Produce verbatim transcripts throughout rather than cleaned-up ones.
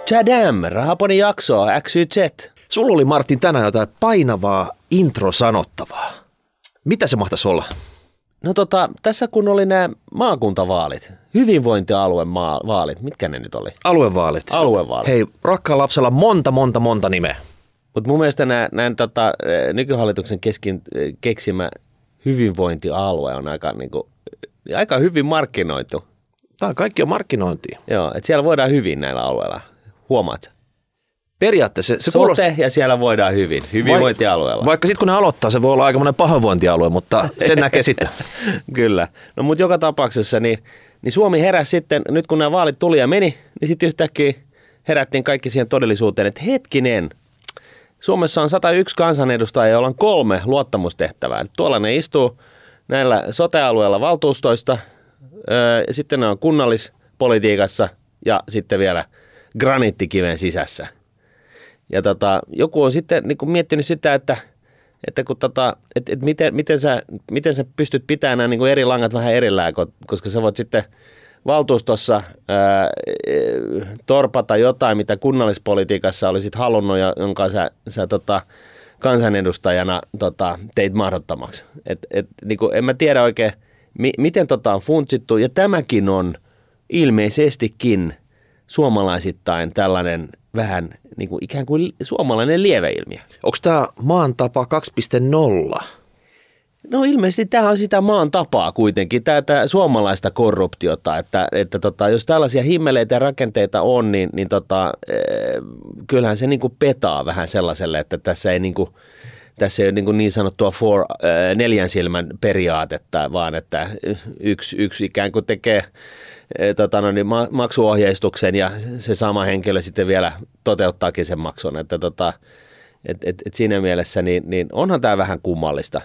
Tadam, Rahapodin jaksoa, X Y Z. Sulla oli, Martin, tänään jotain painavaa intro-sanottavaa. Mitä se mahtaisi olla? No tota, tässä kun oli nämä maakuntavaalit, hyvinvointialueen maa- vaalit, mitkä ne nyt oli? Aluevaalit. Aluevaalit. Hei, rakkaan lapsella monta, monta, monta nimeä. Mutta mun mielestä nämä, nämä tota, nykyhallituksen keskin keksimä hyvinvointialue on aika, niin kuin, aika hyvin markkinoitu. Tämä kaikki on markkinointia. Joo, että siellä voidaan hyvin näillä alueilla. Huomaat? Periaatteessa se, se Sote kuulostaa, ja siellä voidaan hyvin, hyvinvointialueella. Vaikka sitten kun ne aloittaa, se voi olla aika monen pahoinvointialue, mutta sen näkee sitten. Kyllä. No mutta joka tapauksessa niin, niin Suomi heräsi sitten, nyt kun nämä vaalit tuli ja meni, niin sitten yhtäkkiä herättiin kaikki siihen todellisuuteen, että hetkinen, Suomessa on sata yksi kansanedustajaa, joilla on kolme luottamustehtävää. Tuolla ne istuu näillä sote-alueilla valtuustoista, ja sitten ne on kunnallispolitiikassa ja sitten vielä graniittikiven sisässä. Ja tota, joku on sitten niin kuin miettinyt sitä, että, että, kun tota, että, että miten, miten, sä, miten sä pystyt pitämään nämä niin kuin eri langat vähän erillään, koska sä voit sitten valtuustossa ää, torpata jotain, mitä kunnallispolitiikassa olisit halunnut ja jonka sä, sä tota, kansanedustajana tota, teit mahdottomaksi. Et, et, niin kuin, en mä tiedä oikein, mi, miten tota on funtsittu, ja tämäkin on ilmeisestikin suomalaisittain tällainen vähän niin kuin ikään kuin suomalainen lieveilmiö. Onko tämä maan tapa kaksi piste nolla? No ilmeisesti tämä on sitä maan tapaa kuitenkin, tätä suomalaista korruptiota, että, että tota, jos tällaisia himmeleitä ja rakenteita on, niin, niin tota, kyllähän se niin kuin petaa vähän sellaiselle, että tässä ei niin kuin, tässä ei ole niin, kuin niin sanottua four, neljän silmän periaatetta, vaan että yksi, yksi ikään kuin tekee tota, no niin, maksuohjeistuksen ja se sama henkilö sitten vielä toteuttaakin sen maksun. Että tota, et, et, et siinä mielessä niin, niin onhan tämä vähän kummallista.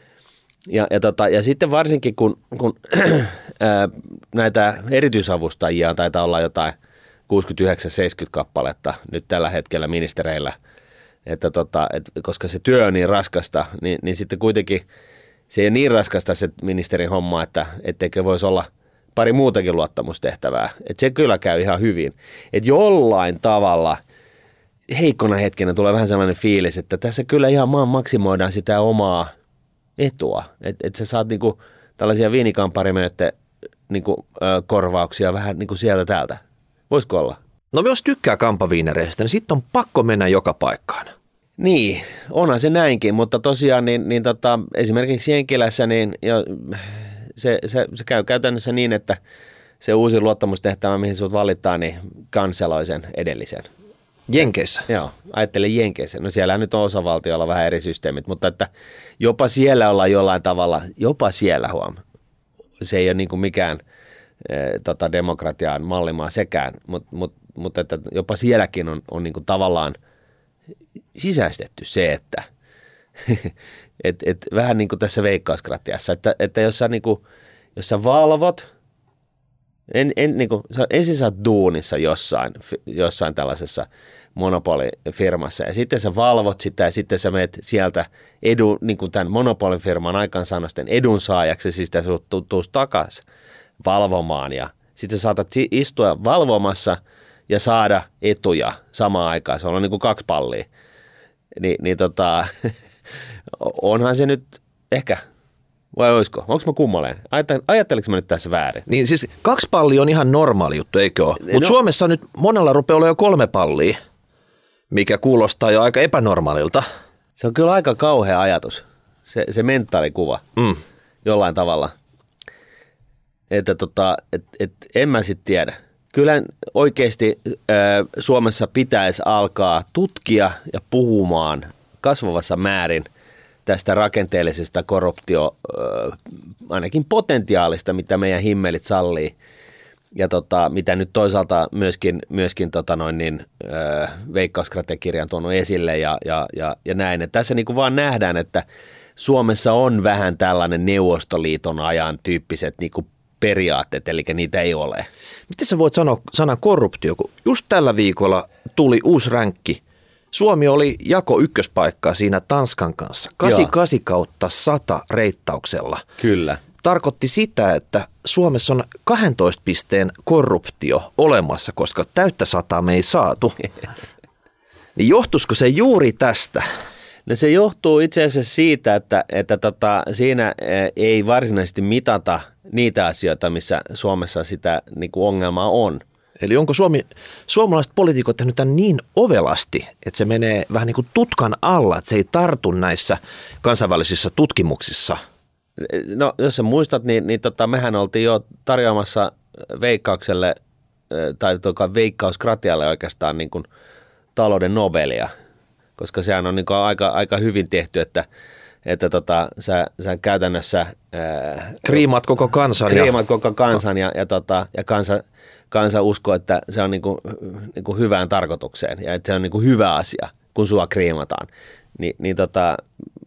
Ja, ja, tota, ja sitten varsinkin kun, kun ää, näitä erityisavustajia taitaa olla jotain kuusikymmentäyhdeksän seitsemänkymmentä kappaletta nyt tällä hetkellä ministereillä, että tota, et, koska se työ on niin raskasta, niin, niin sitten kuitenkin se ei ole niin raskasta se ministerin homma, että etteikö voisi olla pari muutakin luottamustehtävää. Että se kyllä käy ihan hyvin. Että jollain tavalla heikkona hetkenä tulee vähän sellainen fiilis, että tässä kyllä ihan maan maksimoidaan sitä omaa etua. Että et sä saat niinku tällaisia viinikamparimöötte niinku, ö, korvauksia vähän niinku sieltä täältä. Voisiko olla? No jos tykkää kampaviinereistä, niin sitten on pakko mennä joka paikkaan. Niin, onhan se näinkin, mutta tosiaan niin, niin tota, esimerkiksi Jenkilässä niin jo, se, se, se käy käytännössä niin, että se uusi luottamustehtävä, mihin sut valittaa, niin kanseloi sen edellisen. Jenkeissä? Joo, ajattelin Jenkeissä. No siellä nyt on osavaltiolla vähän eri systeemit, mutta että jopa siellä ollaan jollain tavalla, jopa siellä huom. Se ei ole niin kuin mikään e, tota, demokratiaan mallimaa sekään, mutta mut, mut, että jopa sielläkin on, on niin kuin tavallaan sisäistetty se, että et, et, vähän niin kuin tässä veikkauskratiassa, että, että jos, sä, niin kuin, jos sä valvot, en, en, niin kuin, ensin sä oot duunissa jossain, jossain tällaisessa monopolifirmassa ja sitten sä valvot sitä ja sitten sä menet sieltä edu, niin kuin tämän monopolifirman aikaansaannosten edunsaajaksi ja siis sitä sut tuus takaisin valvomaan ja sitten sä saatat istua valvomassa ja saada etuja samaan aikaan. Se on niin kuin kaksi pallia. Ni, niin tota, onhan se nyt ehkä, vai olisiko? Onko mä kummaleen? Ajattelinko mä nyt tässä väärin? Niin siis kaksi pallia on ihan normaali juttu, eikö ole? Mutta no, Suomessa nyt monella rupeaa olla jo kolme pallia, mikä kuulostaa jo aika epänormaalilta. Se on kyllä aika kauhea ajatus, se, se mentaalikuva mm. jollain tavalla. Että tota, et, et, en mä sitten tiedä. Kyllä oikeasti äh, Suomessa pitäisi alkaa tutkia ja puhumaan kasvavassa määrin tästä rakenteellisesta korruptio, äh, ainakin potentiaalista, mitä meidän himmelit sallii. Ja tota, mitä nyt toisaalta myöskin, myöskin tota noin niin, äh, Veikkauskratekirja on tuonut esille ja, ja, ja, ja näin. Et tässä niin kuin vaan nähdään, että Suomessa on vähän tällainen Neuvostoliiton ajan tyyppiset niin kuin periaatteet, eli niitä ei ole. Miten sä voit sanoa sana korruptio, kun just tällä viikolla tuli uusi ränkki. Suomi oli jako ykköspaikkaa siinä Tanskan kanssa. kahdeksankymmentäkahdeksan kautta sata reittauksella. Kyllä. Tarkoitti sitä, että Suomessa on kahdentoista pisteen korruptio olemassa, koska täyttä sataa me ei saatu. Niin johtuisiko se juuri tästä? No se johtuu itse asiassa siitä, että, että tota, siinä ei varsinaisesti mitata niitä asioita, missä Suomessa sitä niin kuin ongelmaa on. Eli onko Suomi, suomalaiset poliitikot tehnyt tämän niin ovelasti, että se menee vähän niin kuin tutkan alla, että se ei tartu näissä kansainvälisissä tutkimuksissa? No jos sä muistat, niin, niin tota, mehän oltiin jo tarjoamassa Veikkaukselle, tai Veikkauskratialle oikeastaan niin kuin talouden Nobelia, koska sehän on niin kuin aika, aika hyvin tehty, että, että tota, sä, sä käytännössä ää, kriimaat koko kansan. Kriimaat ja, koko kansan ja, ja, tota, ja kansa, kansa uskoo, että se on niin kuin, niin kuin hyvään tarkoitukseen ja että se on niin kuin hyvä asia, kun sua kriimataan. Ni, niin tota,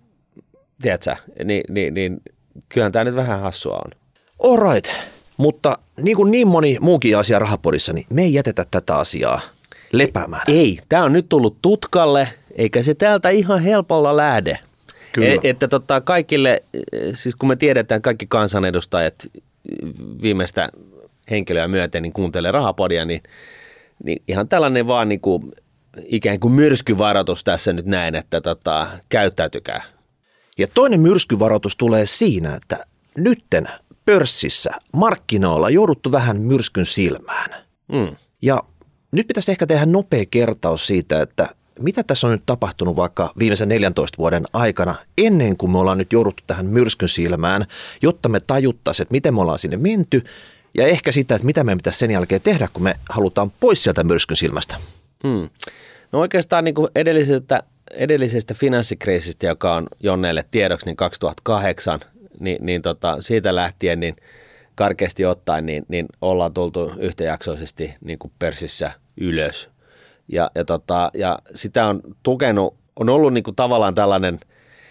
tiedätkö, niin, niin, niin kyllähän tämä nyt vähän hassua on. All right, mutta niin kuin niin moni muukin asia Rahapodissa, niin me ei jätetä tätä asiaa lepäämään. Ei, tämä on nyt tullut tutkalle, eikä se täältä ihan helpolla lähde. E, että tota, kaikille, siis kun me tiedetään kaikki kansanedustajat viimeistä henkilöä myöten, niin kuuntelee Rahapodia, niin, niin ihan tällainen vaan niin kuin, ikään kuin myrskyvaroitus tässä nyt näin, että tota, käyttäytykää. Ja toinen myrskyvaroitus tulee siinä, että nytten pörssissä markkinoilla jouduttu vähän myrskyn silmään. Mm. Ja nyt pitäisi ehkä tehdä nopea kertaus siitä, että mitä tässä on nyt tapahtunut vaikka viimeisen neljäntoista vuoden aikana ennen kuin me ollaan nyt jouduttu tähän myrskyn silmään, jotta me tajuttaisiin, että miten me ollaan sinne menty ja ehkä sitä, että mitä meidän pitäisi sen jälkeen tehdä, kun me halutaan pois sieltä myrskyn silmästä. Hmm. No oikeastaan niin kuin edellisestä, edellisestä finanssikriisistä, joka on Jonneille tiedoksi, niin kaksituhattakahdeksan, niin, niin tota, siitä lähtien niin karkeasti ottaen, niin, niin ollaan tultu yhtäjaksoisesti niin kuin pörssissä ylös. Ja, ja, tota, ja sitä on tukenut, on ollut niin kuin tavallaan tällainen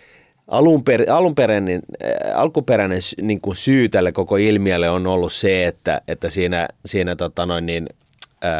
alunper, alunperäinen, äh, alkuperäinen niin kuin syy tälle koko ilmiölle on ollut se, että, että siinä, siinä tota noin niin, äh,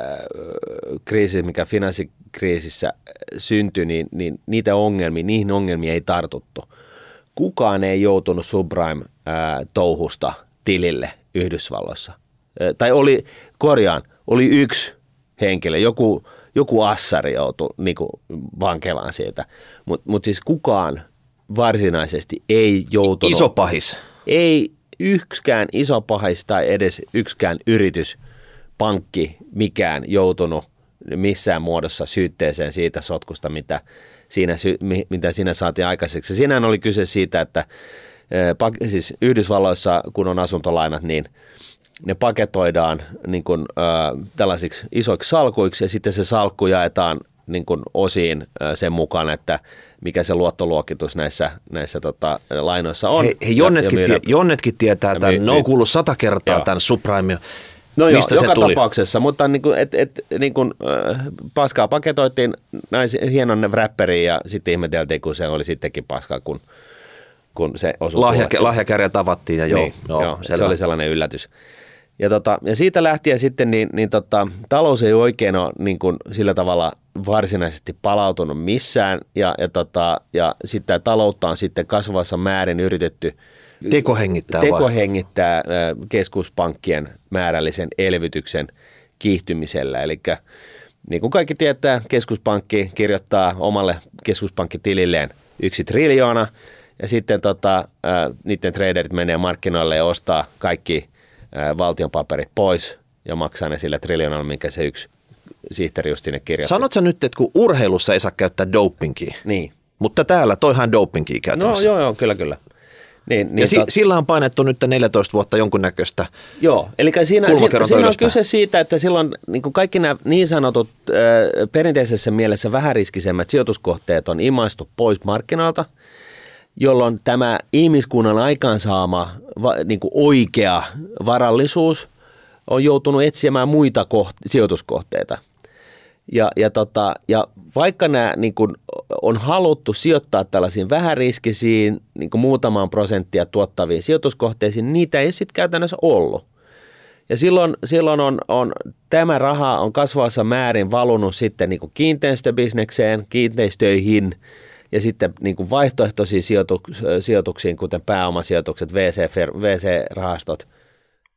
kriisi, mikä finanssikriisissä syntyi, niin, niin niitä ongelmia, niihin ongelmiin ei tartuttu. Kukaan ei joutunut subprime-touhusta äh, tilille Yhdysvalloissa. Äh, tai oli, korjaan, oli yksi henkilö, joku, joku assari joutui niin kuin vankelaan siitä, mutta mut siis kukaan varsinaisesti ei joutunut. Iso pahis. Ei yksikään iso pahis tai edes yksikään yritys, pankki, mikään joutunut missään muodossa syytteeseen siitä sotkusta, mitä siinä, mitä siinä saatiin aikaiseksi. Siinähän oli kyse siitä, että siis Yhdysvalloissa, kun on asuntolainat, niin ne paketoidaan niin kuin, äh, tällaisiksi isoiksi salkuiksi ja sitten se salkku jaetaan niin kuin osiin äh, sen mukaan, että mikä se luottoluokitus näissä, näissä tota, lainoissa on. Hei, hei Jonnetkin, ja, ja tie, Jonnetkin tietää tämän, my, ne on kuullut sata kertaa joo. tämän subprime. No joo, mistä joka se tuli? Tapauksessa, mutta niin kuin, et, et, niin kuin, äh, paskaa paketoitiin näin hienon räppäriin ja sitten ihmeteltiin, kun se oli sittenkin paskaa, kun, kun se osui. Lahja, lahjakärjät avattiin ja joo. Niin, joo, joo se oli sellainen yllätys. Ja, tota, ja siitä lähtien sitten niin, niin tota, talous ei oikein ole niin kuin sillä tavalla varsinaisesti palautunut missään ja, ja, tota, ja sitten taloutta on sitten kasvavassa määrin yritetty tekohengittää, tekohengittää keskuspankkien määrällisen elvytyksen kiihtymisellä. Eli niin kuin kaikki tietää, keskuspankki kirjoittaa omalle keskuspankkitililleen yksi triljoona ja sitten tota, niiden traderit menee markkinoille ja ostaa kaikki valtion paperit pois ja maksaa ne sillä triljoonalla, minkä se yksi sihteeri just sinne kirjoitti. Sanotko sä nyt, että kun urheilussa ei saa käyttää dopingia, niin. mutta täällä toihan dopingia käytännössä. No joo, joo, kyllä, kyllä. Niin, niin ja si- tot... sillä on painettu nyt neljätoista vuotta jonkunnäköistä. Joo, eli siinä, siinä, siinä on kyse siitä, että silloin niin kuin kaikki nämä niin sanotut äh, perinteisessä mielessä vähäriskisemmät sijoituskohteet on imaistu pois markkinoilta, jolloin tämä ihmiskunnan aikaansaama va, niin kuin oikea varallisuus on joutunut etsimään muita koht- sijoituskohteita. Ja, ja, tota, ja vaikka nämä niin kuin on haluttu sijoittaa tällaisiin vähäriskisiin, niin kuin muutaman prosenttia tuottaviin sijoituskohteisiin, niitä ei sitten käytännössä ollut. Ja silloin, silloin on, on, tämä raha on kasvavassa määrin valunut sitten niin kuin kiinteistöbisnekseen, kiinteistöihin, ja sitten niin kuin vaihtoehtoisiin sijoituksiin, kuten pääomasijoitukset, V C-rahastot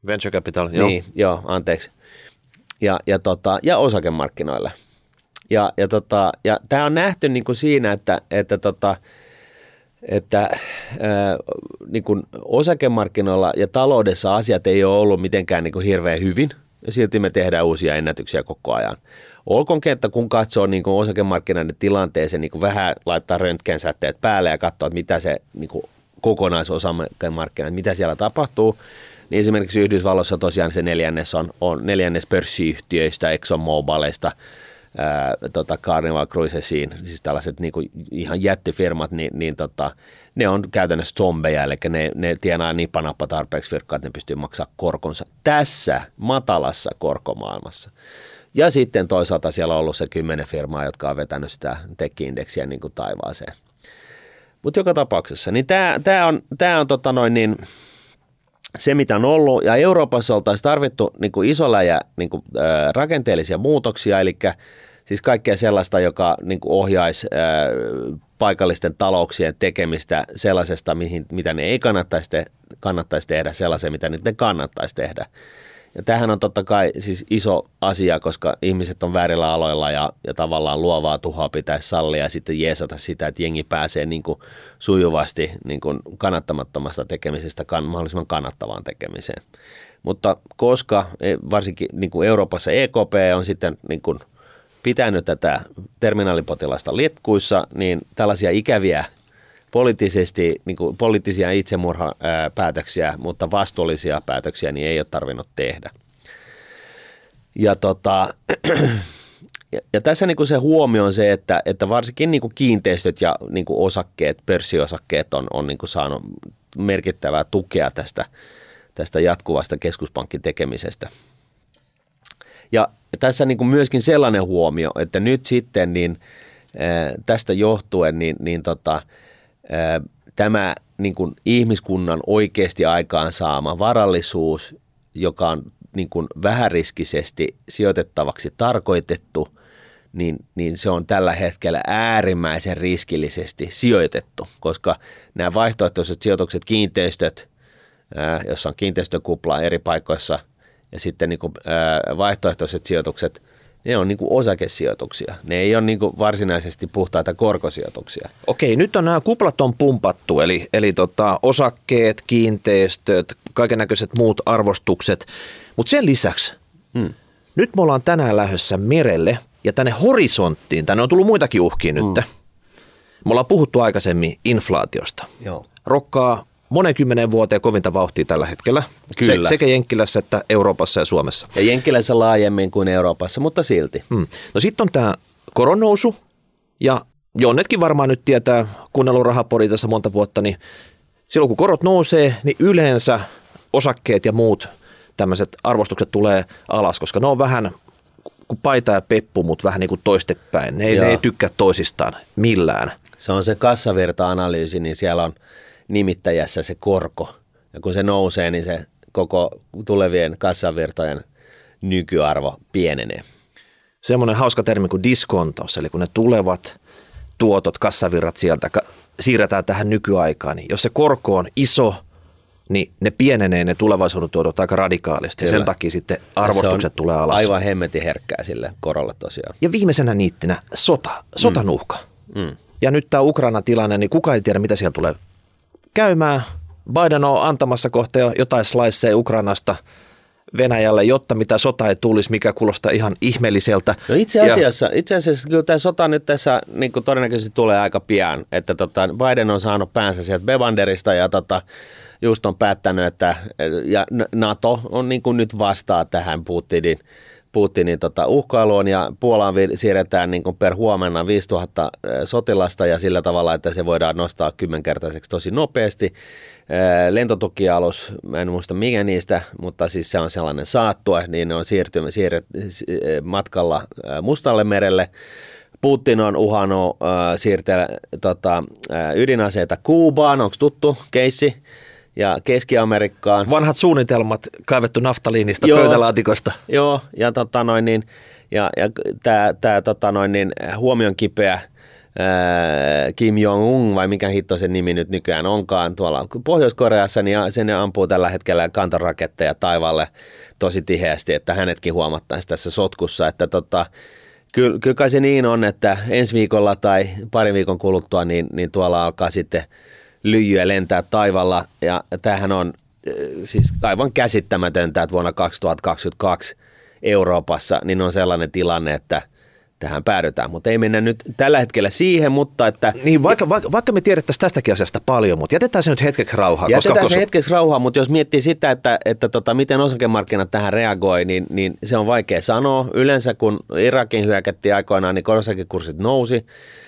Venture capital, joo. Niin, joo, anteeksi. Ja, ja, tota, ja osakemarkkinoilla. Ja, ja, tota, ja tämä on nähty niin kuin siinä, että, että, tota, että ää, niin kuin osakemarkkinoilla ja taloudessa asiat ei ole ollut mitenkään niin kuin hirveän hyvin, ja silti me tehdään uusia ennätyksiä koko ajan. Olkoonkin, että kun katsoo niin kuin osakemarkkinoiden tilanteeseen, niin kuin vähän laittaa röntgensäteet päälle ja katsoo, että mitä se niin kuin kokonaisosakemarkkinat, mitä siellä tapahtuu, niin esimerkiksi Yhdysvalloissa tosiaan se neljännes on, on neljännes pörssiyhtiöistä, ExxonMobilista, ää, tota Carnival Cruisesiin, siis tällaiset niin kuin ihan jättifirmat, niin, niin tota, ne on käytännössä zombeja, eli ne, ne tienaa niin panappa tarpeeksi virkkaa, että ne pystyy maksamaan korkonsa tässä matalassa korkomaailmassa. Ja sitten toisaalta siellä on ollut se kymmenen firmaa, jotka on vetänyt sitä tech-indeksiä niin kuin taivaaseen. Mutta joka tapauksessa, niin tämä, tämä on, tämä on tota noin niin, se, mitä on ollut, ja Euroopassa oltaisiin tarvittu niin kuin iso läjä niin kuin, ä, rakenteellisia muutoksia, eli siis kaikkea sellaista, joka niin kuin ohjaisi ä, paikallisten talouksien tekemistä sellaisesta, mihin, mitä ne ei kannattaisi, te, kannattaisi tehdä, sellaiseen, mitä niiden kannattaisi tehdä. Ja tämähän on totta kai siis iso asia, koska ihmiset on väärillä aloilla ja, ja tavallaan luovaa tuhoa pitäisi sallia ja sitten jeesata sitä, että jengi pääsee niin kuin sujuvasti niin kuin kannattamattomasta tekemisestä kan, mahdollisimman kannattavaan tekemiseen. Mutta koska varsinkin niin kuin Euroopassa E K P on sitten niin kuin pitänyt tätä terminaalipotilasta litkuissa, niin tällaisia ikäviä poliittisesti, niin kuin poliittisia itsemurhapäätöksiä, mutta vastuullisia päätöksiä niin ei ole tarvinnut tehdä. Ja, tota, ja, ja tässä niin kuin se huomio on se, että, että varsinkin niin kuin kiinteistöt ja niin kuin osakkeet, pörssiosakkeet on, on niin kuin saanut merkittävää tukea tästä, tästä jatkuvasta keskuspankin tekemisestä. Ja tässä niin kuin myöskin sellainen huomio, että nyt sitten niin, tästä johtuen niin, niin tota, tämä niin kuin ihmiskunnan oikeasti aikaansaama varallisuus, joka on niin kuin vähäriskisesti sijoitettavaksi tarkoitettu, niin, niin se on tällä hetkellä äärimmäisen riskillisesti sijoitettu, koska nämä vaihtoehtoiset sijoitukset, kiinteistöt, jossa on kiinteistökuplaa eri paikoissa, ja sitten niin kuin vaihtoehtoiset sijoitukset, ne on niin kuin osakesijoituksia. Ne ei ole niin kuin varsinaisesti puhtaita korkosijoituksia. Okei, nyt on nämä kuplat on pumpattu, eli, eli tota, osakkeet, kiinteistöt, kaikennäköiset muut arvostukset. Mutta sen lisäksi, hmm. nyt me ollaan tänään lähdössä merelle ja tänne horisonttiin, tänne on tullut muitakin uhkia hmm. nyt. Me ollaan puhuttu aikaisemmin inflaatiosta. Joo. Rokkaa monen kymmenen vuoteen kovinta vauhtia tällä hetkellä. Kyllä. Se, sekä Jenkkilässä että Euroopassa ja Suomessa. Ja Jenkkilässä laajemmin kuin Euroopassa, mutta silti. Hmm. No sitten on tämä koronnousu, ja Jonnetkin varmaan nyt tietää, kuunnellut Rahapodin tässä monta vuotta, niin silloin kun korot nousee, niin yleensä osakkeet ja muut tämmöiset arvostukset tulee alas, koska ne on vähän kuin paita ja peppu, mutta vähän niin kuin toistepäin. Ne ei, ne ei tykkää toisistaan millään. Se on se kassavirta-analyysi, niin siellä on nimittäjässä se korko. Ja kun se nousee, niin se koko tulevien kassavirtojen nykyarvo pienenee. Semmoinen hauska termi kuin diskontaus, eli kun ne tulevat tuotot, kassavirrat sieltä siirretään tähän nykyaikaan, niin jos se korko on iso, niin ne pienenee ne tulevaisuuden tuotot aika radikaalisti. Ja sen takia sitten arvostukset tulee alas. Aivan hemmetin herkkää sille korolle tosiaan. Ja viimeisenä niittinä sota, sotan uhka. Mm. Mm. Ja nyt tämä Ukrainan tilanne, niin kukaan ei tiedä, mitä siellä tulee käymään. Biden on antamassa kohta jotain sliceja Ukrainasta Venäjälle, jotta mitä sota ei tulisi, mikä kuulostaa ihan ihmeelliseltä. No itse asiassa, ja, itse asiassa kyllä tämä sota nyt tässä niin kuin todennäköisesti tulee aika pian, että tota, Biden on saanut päänsä sieltä Bevanderista ja tota, just on päättänyt, että ja NATO on niin kuin nyt vastaa tähän Putinin, Putinin tota, uhkailuun ja Puolaan siirretään niin kuin per huomenna viisituhatta sotilasta ja sillä tavalla, että se voidaan nostaa kymmenkertaiseksi tosi nopeasti. Lentotukialus, mä en muista mikä niistä, mutta siis se on sellainen saattue, niin ne on siirtynyt siirret, matkalla Mustalle merelle. Putin on uhannut siirtää tota, ydinaseita Kuubaan, onko tuttu keissi? Ja Keski-Amerikkaan. Vanhat suunnitelmat kaivettu naftaliinista joo, pöytälaatikosta. Joo, ja, tota noin, niin, ja, ja tämä tota noin, niin, huomion kipeä Kim Jong-un, vai mikä hitto sen nimi nyt nykyään onkaan tuolla Pohjois-Koreassa, niin sen ampuu tällä hetkellä kantoraketteja taivaalle tosi tiheästi, että hänetkin huomattaisiin tässä sotkussa, että tota, kyllä, kyllä kai se niin on, että ensi viikolla tai pari viikon kuluttua, niin, niin tuolla alkaa sitten lyijyä lentää taivaalla, ja tämähän on siis aivan käsittämätöntä, että vuonna kaksituhattakaksikymmentäkaksi Euroopassa niin on sellainen tilanne, että tähän päädytään, mutta ei mennä nyt tällä hetkellä siihen, mutta että... Niin, vaikka, vaikka, vaikka me tiedettäisiin tästäkin asiasta paljon, mutta jätetään se nyt hetkeksi rauhaa. Jätetään koska, se hetkeksi rauhaa, mutta jos miettii sitä, että, että tota, miten osakemarkkinat tähän reagoi, niin, niin se on vaikea sanoa. Yleensä kun Irakin hyökättiin aikoinaan, niin osakekurssit nousi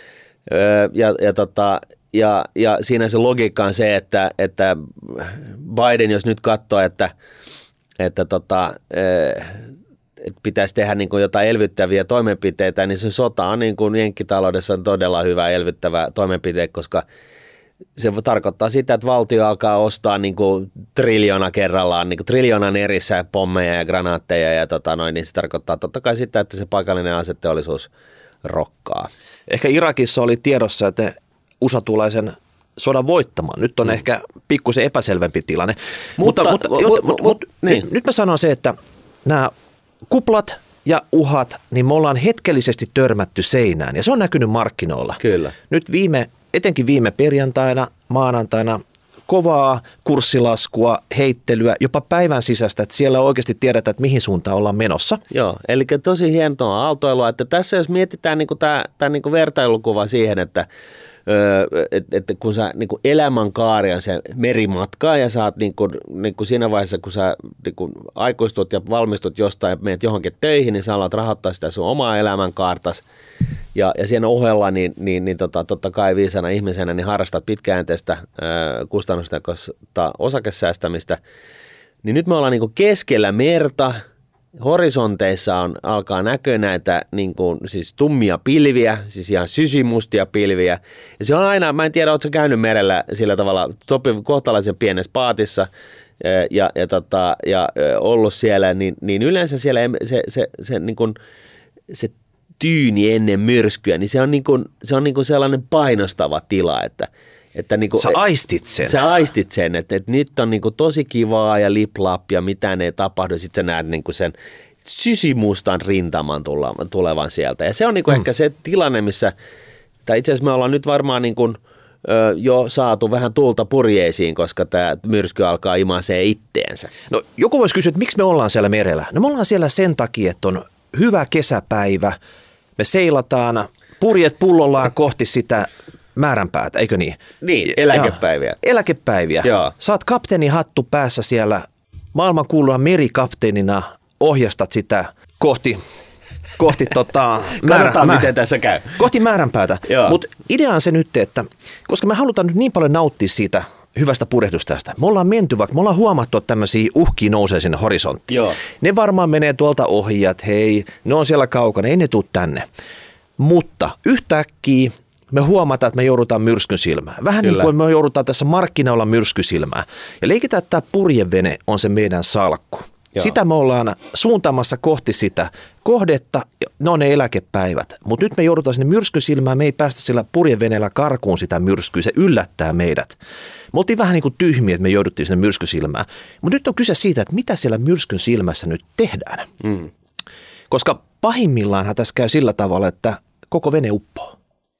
öö, ja, ja, tota, ja, ja siinä se logiikka on se, että, että Biden, jos nyt katsoo, että, että tota, öö, että pitäisi tehdä niin kuin jotain elvyttäviä toimenpiteitä, niin se sota on niin kuin jenkkitaloudessa on todella hyvä elvyttävä toimenpide, koska se tarkoittaa sitä, että valtio alkaa ostaa niin kuin triljoona kerrallaan, niin kuin triljoonan erissä pommeja ja granaatteja, ja tota noin, niin se tarkoittaa totta kai sitä, että se paikallinen aseteollisuus rokkaa. Ehkä Irakissa oli tiedossa, että U S A tulee sen sodan voittamaan. Nyt on mm. ehkä pikkusen epäselvempi tilanne. Mutta, mutta, mutta, mutta, mutta, mutta niin. Nyt mä sanon se, että nämä kuplat ja uhat, niin me ollaan hetkellisesti törmätty seinään, ja se on näkynyt markkinoilla. Kyllä. Nyt viime, etenkin viime perjantaina, maanantaina, kovaa kurssilaskua, heittelyä, jopa päivän sisäistä, että siellä oikeasti tiedetään, että mihin suuntaan ollaan menossa. Joo, eli tosi hienoa aaltoilua, että tässä jos mietitään niin tämä, tämä niin vertailukuva siihen, että että et, kun sä niin kuin elämänkaari on se merimatka ja sä oot niin kuin, niin kuin siinä vaiheessa, kun sä niin kuin aikuistut ja valmistut jostain ja menet johonkin töihin, niin sä alat rahoittaa sitä sun omaa elämänkaartas ja, ja siinä ohella niin, niin, niin tota, totta kai viisana ihmisenä niin harrastat pitkäjänteistä kustannustekoista osakesäästämistä, niin nyt me ollaan niin kuin keskellä merta. Horisonteissa on, alkaa näkyä näitä niin kuin, siis tummia pilviä, siis ihan sysimustia pilviä. Ja se on aina, mä en tiedä, ootko sä käynyt merellä sillä tavalla sopiv, kohtalaisen pienessä paatissa ja, ja, tota, ja ollut siellä, niin, niin yleensä siellä se, se, se, niin kuin, se tyyni ennen myrskyä, niin se on, niin kuin, se on niin kuin sellainen painostava tila, että Että niinku, sä aistit sen. Sä aistit sen, että, että nyt on niinku tosi kivaa ja liplap ja mitään ei tapahdu. Sitten sä näet niinku sen sysimustan rintaman tulevan sieltä. Ja se on niinku mm. ehkä se tilanne, missä, tai itse asiassa me ollaan nyt varmaan niinku, ö, jo saatu vähän tulta purjeisiin, koska tämä myrsky alkaa imasee itteensä. No joku voisi kysyä, että miksi me ollaan siellä merellä? No me ollaan siellä sen takia, että on hyvä kesäpäivä. Me seilataan purjet pullollaan kohti sitä määränpäätä, eikö niin? Niin, eläkepäiviä. Ja, eläkepäiviä. Joo. Saat kapteeni hattu päässä siellä maailmankuuluvan merikapteenina, ohjastat sitä kohti, kohti tota, määrä, mä, miten tässä käy. Kohti määränpäätä. Mutta idea on se nyt, että koska me halutaan nyt niin paljon nauttia siitä hyvästä purjehdustästä. Me ollaan menty, vaikka me ollaan huomattu, että tämmöisiä uhkia nousee sinne horisonttiin. Joo. Ne varmaan menee tuolta ohi, että hei, ne on siellä kaukana, ei ne tule tänne. Mutta yhtäkkiä me huomataan, että me joudutaan myrskyn silmään. Vähän Kyllä. niin kuin me joudutaan tässä markkinoilla myrskysilmään. Ja leikitään, että tämä purjevene on se meidän salkku. Joo. Sitä me ollaan suuntaamassa kohti sitä kohdetta, ne on ne eläkepäivät. Mutta nyt me joudutaan sinne myrskysilmään, me ei päästä sillä purjeveneellä karkuun sitä myrskyä, se yllättää meidät. Me oltiin vähän niin kuin tyhmiä, että me jouduttiin sinne myrskysilmään. Mutta nyt on kyse siitä, että mitä siellä myrskyn silmässä nyt tehdään. Mm. Koska pahimmillaanhan tässä käy sillä tavalla, että koko vene uppoo.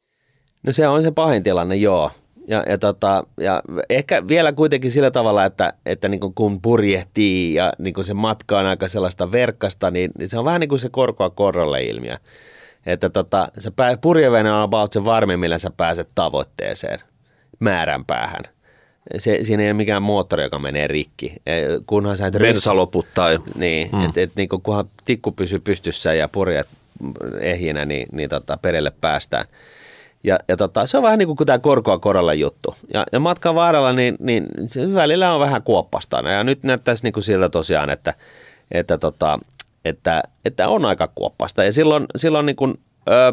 No se on se pahin tilanne, joo. Ja, ja, tota, ja ehkä vielä kuitenkin sillä tavalla, että, että niin kun purjehtii ja niin se matka on aika sellaista verkkasta, niin, niin se on vähän niin kuin se korkoa korrolle ilmiö. Että tota, se purjevene on about se varmin, millä sä pääset tavoitteeseen määränpäähän. Se, siinä ei ole mikään moottori, joka menee rikki. Kunhan sä et bensa loputtaa. Niin, mm. että et, niin kunhan tikku pysyy pystyssä ja purjet ehjinä, niin, niin tota, perille päästään. Ja, ja tota, se on vähän niin kuin tämä korkoa korolla juttu. Ja, ja matkan varrella niin, niin se välillä on vähän kuoppastana. Ja nyt näyttäisi niin kuin siltä tosiaan, että, että, tota, että, että on aika kuoppasta. Ja silloin, silloin niin kuin, ö,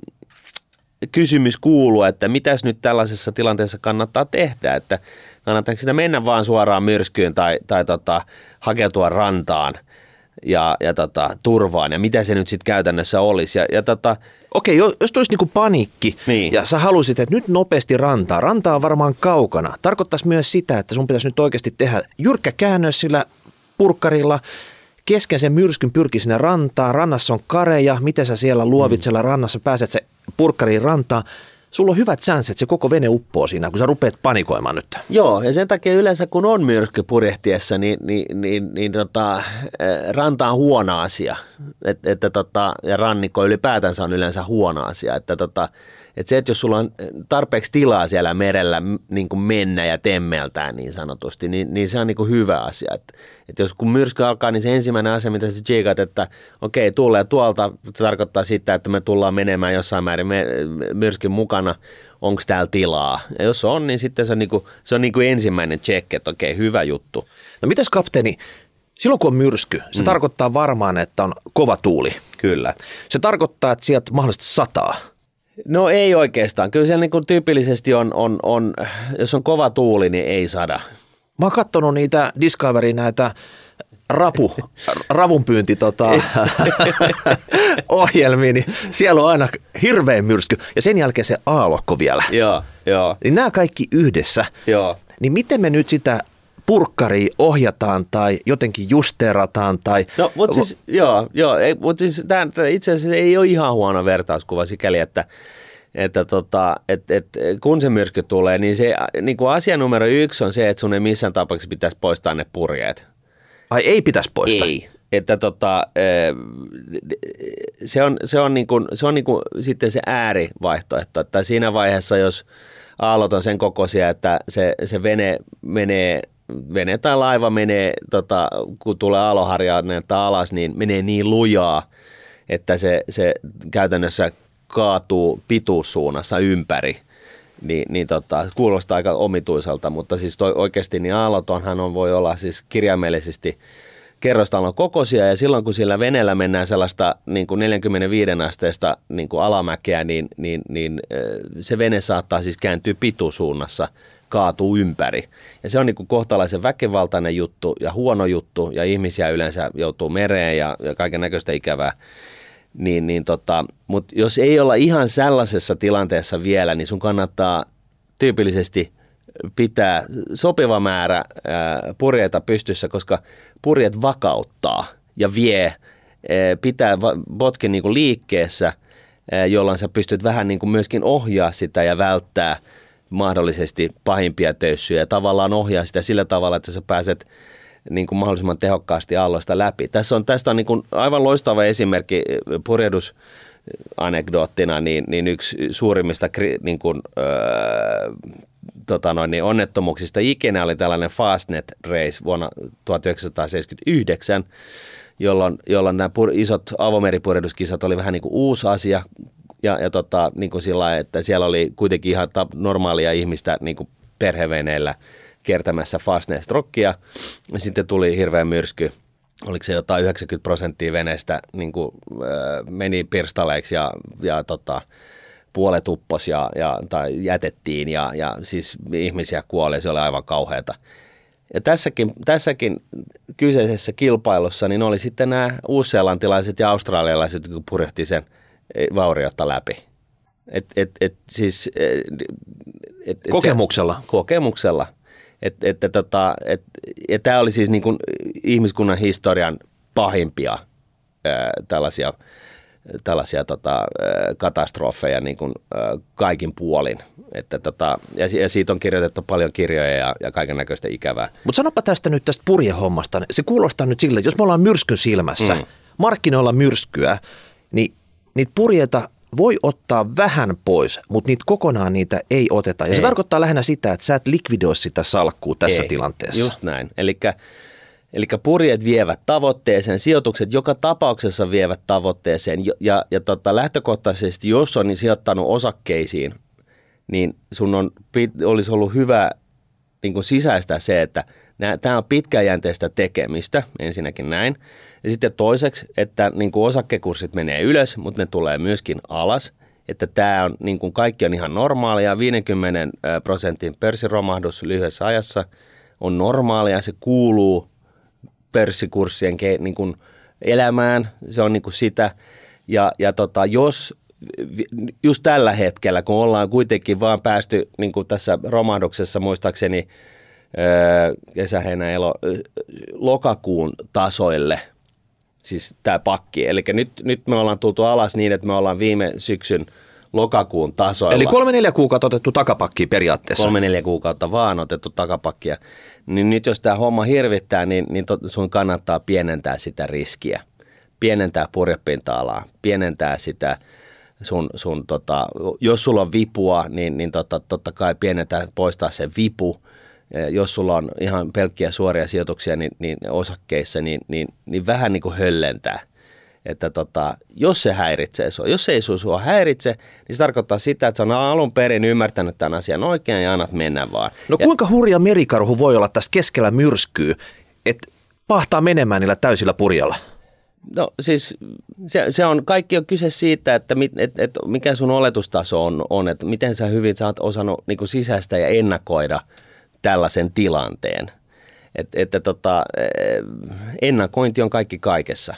kysymys kuuluu, että mitäs nyt tällaisessa tilanteessa kannattaa tehdä. Että kannattaako sitä mennä vaan suoraan myrskyyn tai, tai tota, hakeutua rantaan. ja, ja tota, turvaan ja mitä se nyt sitten käytännössä olisi. Ja, ja tota, Okei, jos tulisi niinku paniikki niin. ja sä halusit, että nyt nopeasti rantaa, ranta on varmaan kaukana. Tarkoittaisi myös sitä, että sun pitäisi nyt oikeasti tehdä jyrkkä käännös sillä purkkarilla, kesken sen myrskyn pyrki sinne rantaan, rannassa on kareja, miten sä siellä luovit mm. siellä rannassa, pääset se purkkariin rantaan. Sulla on hyvät säänset, että se koko vene uppoo siinä, kun sä rupeat panikoimaan nyt. Joo, ja sen takia yleensä kun on myrsky purjehtiessa, niin, niin, niin, niin tota, ranta on huono asia. Et, että tota, ja rannikko ylipäätänsä on yleensä huono asia. Että tota, et se, että jos sulla on tarpeeksi tilaa siellä merellä niin kuin mennä ja temmeltää niin sanotusti, niin, niin se on niin kuin hyvä asia. Että et jos kun myrsky alkaa, niin se ensimmäinen asia, mitä sä tsiikat, että okei, tulee tuolta, se tarkoittaa sitä, että me tullaan menemään jossain määrin myrskyn mukana, onko täällä tilaa. Ja jos on, niin sitten se on, niin kuin, se on niin kuin ensimmäinen check, että okei, hyvä juttu. No mitäs kapteeni, silloin kun on myrsky, se mm. tarkoittaa varmaan, että on kova tuuli. Kyllä. Se tarkoittaa, että sieltä mahdollisesti sataa. No ei oikeastaan. Kyllä siellä niin kuin tyypillisesti on, on, on, jos on kova tuuli, niin ei sada. Mä oon katsonut niitä Discoverin näitä rapu, ravunpyynti tota, ohjelmia, niin siellä on aina hirveä myrsky ja sen jälkeen se aallokko vielä. Joo, joo. Niin nämä kaikki yhdessä. Joo. Niin miten me nyt sitä purkkaria ohjataan tai jotenkin justeerataan tai... No, mutta siis, joo, joo mutta siis tämä itse asiassa ei ole ihan huono vertauskuva sikäli, että, että tota, et, et, kun se myrsky tulee, niin se niin kuin asia numero yksi on se, että sun ei missään tapauksessa pitäisi poistaa ne purjeet. Ai ei pitäisi poistaa? Ei. Että tota, se on, se on, niin kuin, se on niin kuin sitten se äärivaihtoehto, että siinä vaiheessa, jos aallot on sen kokoisia, että se, se vene menee, vene tai laiva menee, tota, kun tulee aaloharjannelta alas, niin menee niin lujaa, että se, se käytännössä kaatuu pituussuunnassa ympäri. Niin, niin tota, kuulostaa aika omituiselta, mutta siis toi oikeasti niin aallotonhan on, voi olla siis kirjaimellisesti kerrostalon kokoisia, ja silloin kun sillä veneellä mennään sellaista niin kuin neljäkymmentäviisi asteesta niin kuin alamäkeä, niin, niin, niin se vene saattaa siis kääntyä pituusuunnassa, kaatuu ympäri. Ja se on niin kuin kohtalaisen väkivaltainen juttu ja huono juttu, ja ihmisiä yleensä joutuu mereen ja, ja kaiken näköistä ikävää. Niin, niin tota, mutta jos ei olla ihan sellaisessa tilanteessa vielä, niin sun kannattaa tyypillisesti pitää sopiva määrä ää, purjeita pystyssä, koska purjeet vakauttaa ja vie, ää, pitää botkin niinku liikkeessä, ää, jolloin sä pystyt vähän niinku myöskin ohjaa sitä ja välttää mahdollisesti pahimpia töyssyjä ja tavallaan ohjaa sitä sillä tavalla, että sä pääset niin kuin mahdollisimman tehokkaasti aalloista läpi. Tässä on, tästä on niin kuin aivan loistava esimerkki purjehdusanekdoottina, niin, niin yksi suurimmista niin kuin, öö, tota noin, niin onnettomuuksista ikinä oli tällainen Fastnet Race vuonna tuhatyhdeksänsataaseitsemänkymmentäyhdeksän, jolloin, jolloin nämä pur, isot avomeripurjehduskisat oli vähän niin kuin uusi asia, ja, ja tota, niin kuin sillä, että siellä oli kuitenkin ihan normaalia ihmistä niin kuin perheveneillä kiertämässä Fastnet-rockia. Sitten tuli hirveä myrsky. Oliko se jotain yhdeksänkymmentä prosenttia veneestä niin kuin, äh, meni pirstaleiksi ja, ja tota, puolet uppos ja, ja, tai jätettiin ja, ja siis ihmisiä kuoli. Se oli aivan kauheata. Ja tässäkin, tässäkin kyseisessä kilpailussa niin oli sitten nämä uusseelantilaiset ja australialaiset, kun purjehti sen vauriotta läpi. Et, et, et, siis, et, et, kokemuksella? Se, kokemuksella. Että et, tota, et, et tämä oli siis niin kuin ihmiskunnan historian pahimpia ää, tällaisia, tällaisia tota, ää, katastrofeja niin kuin, ää, kaikin puolin. Että, tota, ja, ja siitä on kirjoitettu paljon kirjoja ja, ja kaiken näköistä ikävää. Mutta sanoppa tästä nyt tästä purjehommasta. Se kuulostaa nyt sille, että jos me ollaan myrskyn silmässä, mm. markkinoilla myrskyä, niin niitä purjeita voi ottaa vähän pois, mutta niitä kokonaan niitä ei oteta. Ja ei. Se tarkoittaa lähinnä sitä, että sä et likvidoi sitä salkkua tässä ei. tilanteessa. Just näin. Elikkä, elikkä purjeet vievät tavoitteeseen, sijoitukset joka tapauksessa vievät tavoitteeseen. Ja, ja, ja tota, lähtökohtaisesti, jos on niin sijoittanut osakkeisiin, niin sun on, olisi ollut hyvä niin kuin sisäistää se, että tämä on pitkäjänteistä tekemistä, ensinnäkin näin. Ja sitten toiseksi, että niin kuin osakekurssit menee ylös, mutta ne tulee myöskin alas. Että tämä on, niin kuin kaikki on ihan normaalia. viidenkymmenen prosentin pörssiromahdus lyhyessä ajassa on normaalia. Se kuuluu pörssikurssien niin kuin elämään, se on niin kuin sitä. Ja, ja tota, jos just tällä hetkellä, kun ollaan kuitenkin vaan päästy niin kuin tässä romahduksessa muistaakseni kesä, heinä, elo, lokakuun tasoille, siis tämä pakki. Eli nyt, nyt me ollaan tultu alas niin, että me ollaan viime syksyn lokakuun tasoilla. Eli kolme neljä kuukautta otettu takapakkiin periaatteessa. Kolme neljä kuukautta vaan otettu takapakkia. Niin nyt jos tämä homma hirvittää, niin, niin to, sun kannattaa pienentää sitä riskiä. Pienentää purjepinta-alaa, pienentää sitä sun, sun tota, jos sulla on vipua, niin, niin tota, totta kai pienentää, poistaa se vipu. Jos sulla on ihan pelkkiä suoria sijoituksia niin, niin osakkeissa, niin, niin, niin vähän niin kuin höllentää. Että tota, jos se häiritsee sua, jos se ei sua häiritse, niin se tarkoittaa sitä, että se on alun perin ymmärtänyt tämän asian oikein ja annat mennä vaan. No ja, kuinka hurja merikarhu voi olla tässä keskellä myrskyy, että pahtaa menemään niillä täysillä purjalla? No siis se, se on, kaikki on kyse siitä, että mit, et, et mikä sun oletustaso on, on, että miten sä hyvin sä oot osannut niin kuin sisäistä ja ennakoida tällaisen tilanteen. Et, että tota, ennakointi on kaikki kaikessa.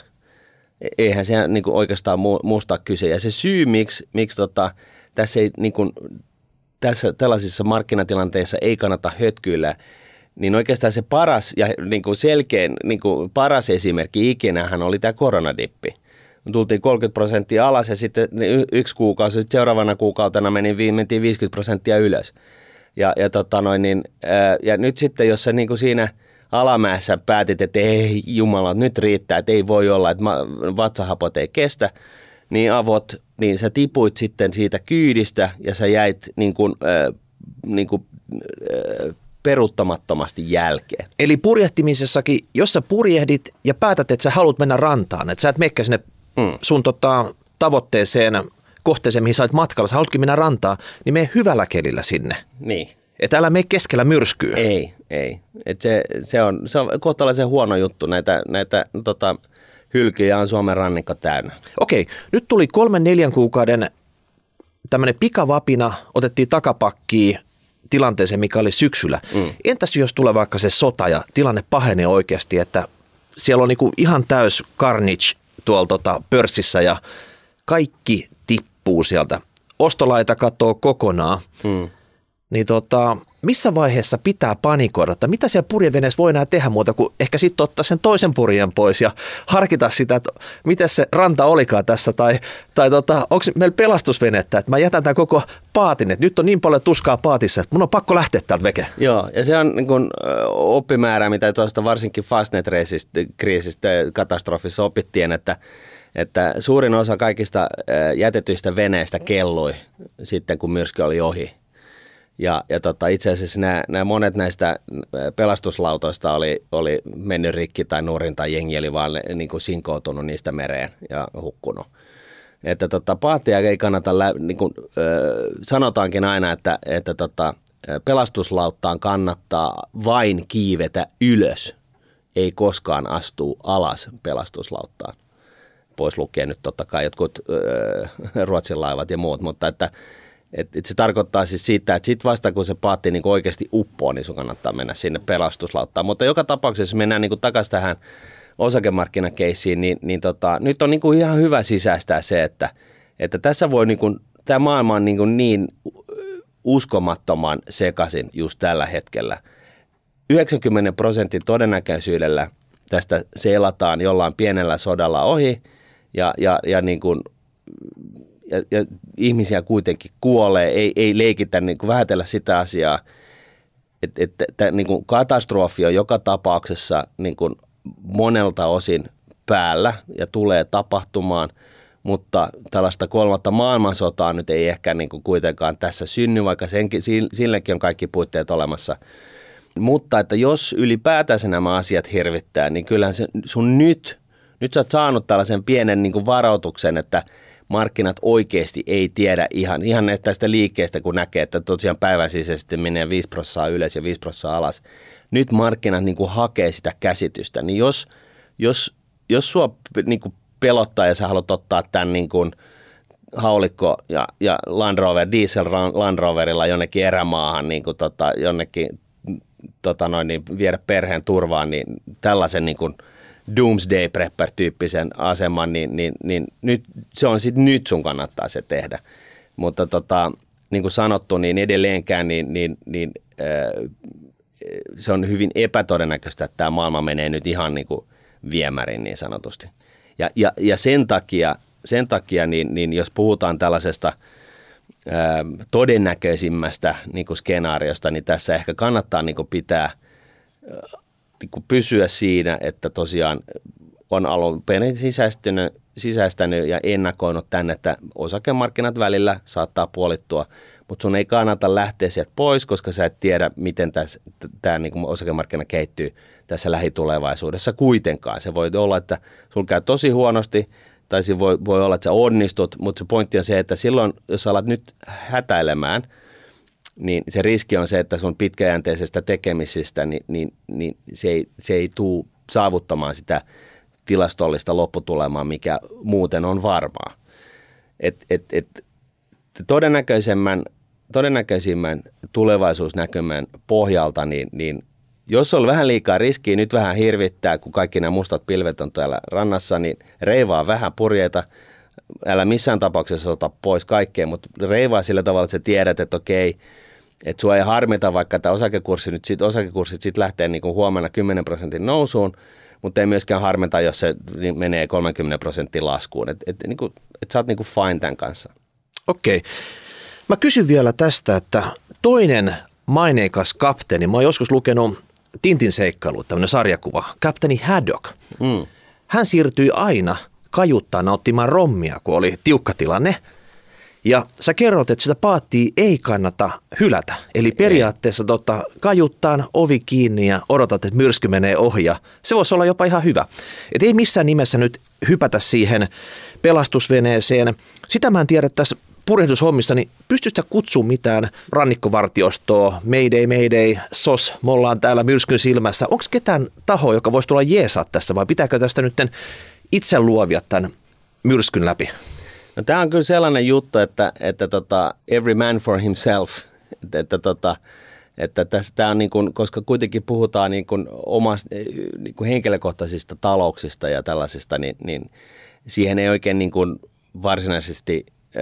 Eihän se niin kuin oikeastaan muusta kyse. Ja se syy, miksi, miksi tota, tässä, ei, niin kuin, tässä tällaisissa markkinatilanteissa ei kannata hötkyillä, niin oikeastaan se paras ja niin kuin selkein niin kuin paras esimerkki ikinähän oli tämä koronadippi. Tultiin kolmekymmentä prosenttia alas ja sitten yksi kuukausi, sitten seuraavana kuukautena meni, mentiin viisikymmentä prosenttia ylös. Ja, ja, tota noin, niin, ää, ja nyt sitten, jos sä niin kuin siinä alamäessä päätit, että ei jumala, nyt riittää, että ei voi olla, että vatsahapot ei kestä, niin avot, niin sä tipuit sitten siitä kyydistä ja sä jäit niin kuin, äh, niin kuin, äh, peruuttamattomasti jälkeen. Eli purjehtimisessakin, jos sä purjehdit ja päätät, että sä haluat mennä rantaan, että sä et mekkä sinne mm. sun tota, tavoitteeseen, kohteeseen, mihin sä olet matkalla, sä haluatkin mennä rantaan, niin mene hyvällä kelillä sinne. Niin. Että älä mene keskellä myrskyä. Ei, ei. Et se, se, on, se on kohtalaisen huono juttu. Näitä, näitä tota, hylkyjä on Suomen rannikko täynnä. Okei, nyt tuli kolmen neljän kuukauden tämmöinen pikavapina, otettiin takapakkiin tilanteeseen, mikä oli syksyllä. Mm. Entäs jos tulee vaikka se sota ja tilanne pahenee oikeasti, että siellä on niinku ihan täys carnage tuolla tota pörssissä ja kaikki tippuu sieltä. Ostolaita katoo kokonaan. Mm. Niin tota, missä vaiheessa pitää panikoida, että mitä siellä purjeveneessä voi enää tehdä muuta kuin ehkä sitten ottaa sen toisen purjen pois ja harkita sitä, että miten se ranta olikaan tässä tai, tai tota, onko meillä pelastusvenettä, että mä jätän tämän koko paatin, että nyt on niin paljon tuskaa paatissa, että mun on pakko lähteä täältä veke. Joo, ja se on niin kuin oppimäärä, mitä tuosta varsinkin Fastnet-kriisistä katastrofissa opittiin, että että suurin osa kaikista jätetyistä veneistä kellui sitten, kun myrsky oli ohi. Ja, ja tota, itse asiassa nämä, nämä monet näistä pelastuslautoista oli, oli mennyt rikki tai nurin tai jengi oli vaan niin kuin sinkoutunut niistä mereen ja hukkunut. Että tota, paattia ei kannata, lä- niin kuin, ö, sanotaankin aina, että, että tota, pelastuslauttaan kannattaa vain kiivetä ylös, ei koskaan astua alas pelastuslauttaan. Pois lukee nyt totta kai jotkut ö, Ruotsin laivat ja muut, mutta että Et, et se tarkoittaa siis sitä, että sit vasta kun se paatti niin oikeasti uppoo, niin sun kannattaa mennä sinne pelastuslauttaan. Mutta joka tapauksessa, jos mennään niin takaisin tähän osakemarkkinakeissiin, niin, niin tota, nyt on niin kuin ihan hyvä sisäistää se, että, että tässä voi, niin kuin, tämä maailma on niin, kuin niin uskomattoman sekaisin just tällä hetkellä. yhdeksänkymmentä prosentin todennäköisyydellä tästä seilataan jollain pienellä sodalla ohi ja, ja, ja niin kuin Ja, ja ihmisiä kuitenkin kuolee, ei, ei leikitä, niin kuin vähätellä sitä asiaa, että et, et, niin kuin katastrofi on joka tapauksessa niin kuin monelta osin päällä ja tulee tapahtumaan, mutta tällaista kolmatta maailmansotaa nyt ei ehkä niin kuin kuitenkaan tässä synny, vaikka senkin, sillekin on kaikki puitteet olemassa. Mutta että jos ylipäätänsä nämä asiat hirvittää, niin kyllähän se, sun nyt, nyt sä oot saanut tällaisen pienen niin kuin varautuksen, että markkinat oikeasti ei tiedä ihan, ihan näistä tästä liikkeestä, kun näkee, että tosiaan päivän sisäisesti menee viisi prosenttia ylös ja viisi prosenttia alas. Nyt markkinat niin kuin hakee sitä käsitystä. Niin jos, jos, jos sua niin kuin pelottaa ja sä haluat ottaa tämän niin kuin haulikko ja, ja Land Rover, diesel Land Roverilla jonnekin erämaahan, niin kuin tota, jonnekin tota noin, niin viedä perheen turvaan, niin tällaisen niin kuin doomsday prepper-tyyppisen aseman, niin, niin, niin nyt, se on sitten nyt sun kannattaa se tehdä. Mutta tota, niin kuin sanottu, niin edelleenkään niin, niin, niin, äh, se on hyvin epätodennäköistä, että tämä maailma menee nyt ihan niin kuin viemärin niin sanotusti. Ja, ja, ja sen takia, sen takia niin, niin jos puhutaan tällaisesta ää, todennäköisimmästä niin kuin skenaariosta, niin tässä ehkä kannattaa niin kuin pitää, ää, niin kuin pysyä siinä, että tosiaan on alun perin sisäistänyt, sisäistänyt ja ennakoinut tänne, että osakemarkkinat välillä saattaa puolittua, mutta sun ei kannata lähteä sieltä pois, koska sä et tiedä, miten tämä niin kuin osakemarkkina kehittyy tässä lähitulevaisuudessa kuitenkaan. Se voi olla, että sulla käy tosi huonosti, tai se voi, voi olla, että sä onnistut, mutta se pointti on se, että silloin, jos sä alat nyt hätäilemään, niin se riski on se, että sun pitkäjänteisestä tekemisistä, niin, niin, niin se ei, se ei tule saavuttamaan sitä tilastollista lopputulemaa, mikä muuten on varmaa. Et, et, et, todennäköisemmän, todennäköisimmän tulevaisuusnäkymän pohjalta, niin, niin jos on vähän liikaa riskiä, nyt vähän hirvittää, kun kaikki nämä mustat pilvet on täällä rannassa, niin reivaa vähän purjeita. Älä missään tapauksessa ota pois kaikkea, mutta reivaa sillä tavalla, että sä tiedät, että okei, että sua ei harmita, vaikka tämä osakekurssi nyt sit, osakekurssit sitten lähtee niin kuin huomenna kymmenen prosentin nousuun, mutta ei myöskään harmita, jos se menee kolmekymmentä prosenttia laskuun. Että et, niin et sä oot niin kuin fine tämän kanssa. Okei. Mä kysyn vielä tästä, että toinen maineikas kapteeni, mä oon joskus lukenut Tintin seikkailu, tämmöinen sarjakuva, kapteeni Haddock. Mm. Hän siirtyi aina kajuttaan nauttimaan rommia, kun oli tiukka tilanne. Ja sä kerrot, että sitä paattia ei kannata hylätä. Eli periaatteessa tota, kajuttaan ovi kiinni ja odotat, että myrsky menee ohi. Ja se voisi olla jopa ihan hyvä. Et ei missään nimessä nyt hypätä siihen pelastusveneeseen. Sitä mä en tiedä tässä purjehdushommissa, niin pystytkö kutsumaan mitään rannikkovartiostoa, mayday, mayday, sos, me ollaan täällä myrskyn silmässä. Onko ketään tahoa, joka voisi tulla jeesaa tässä vai pitääkö tästä nyt itse luovia tämän myrskyn läpi? No, tämä on kyllä sellainen juttu, että, että tota, every man for himself, että, että, tota, että tässä tämä on niin kuin, koska kuitenkin puhutaan niin kuin omasta niin kuin henkilökohtaisista talouksista ja tällaisista, niin, niin siihen ei oikein niin kuin varsinaisesti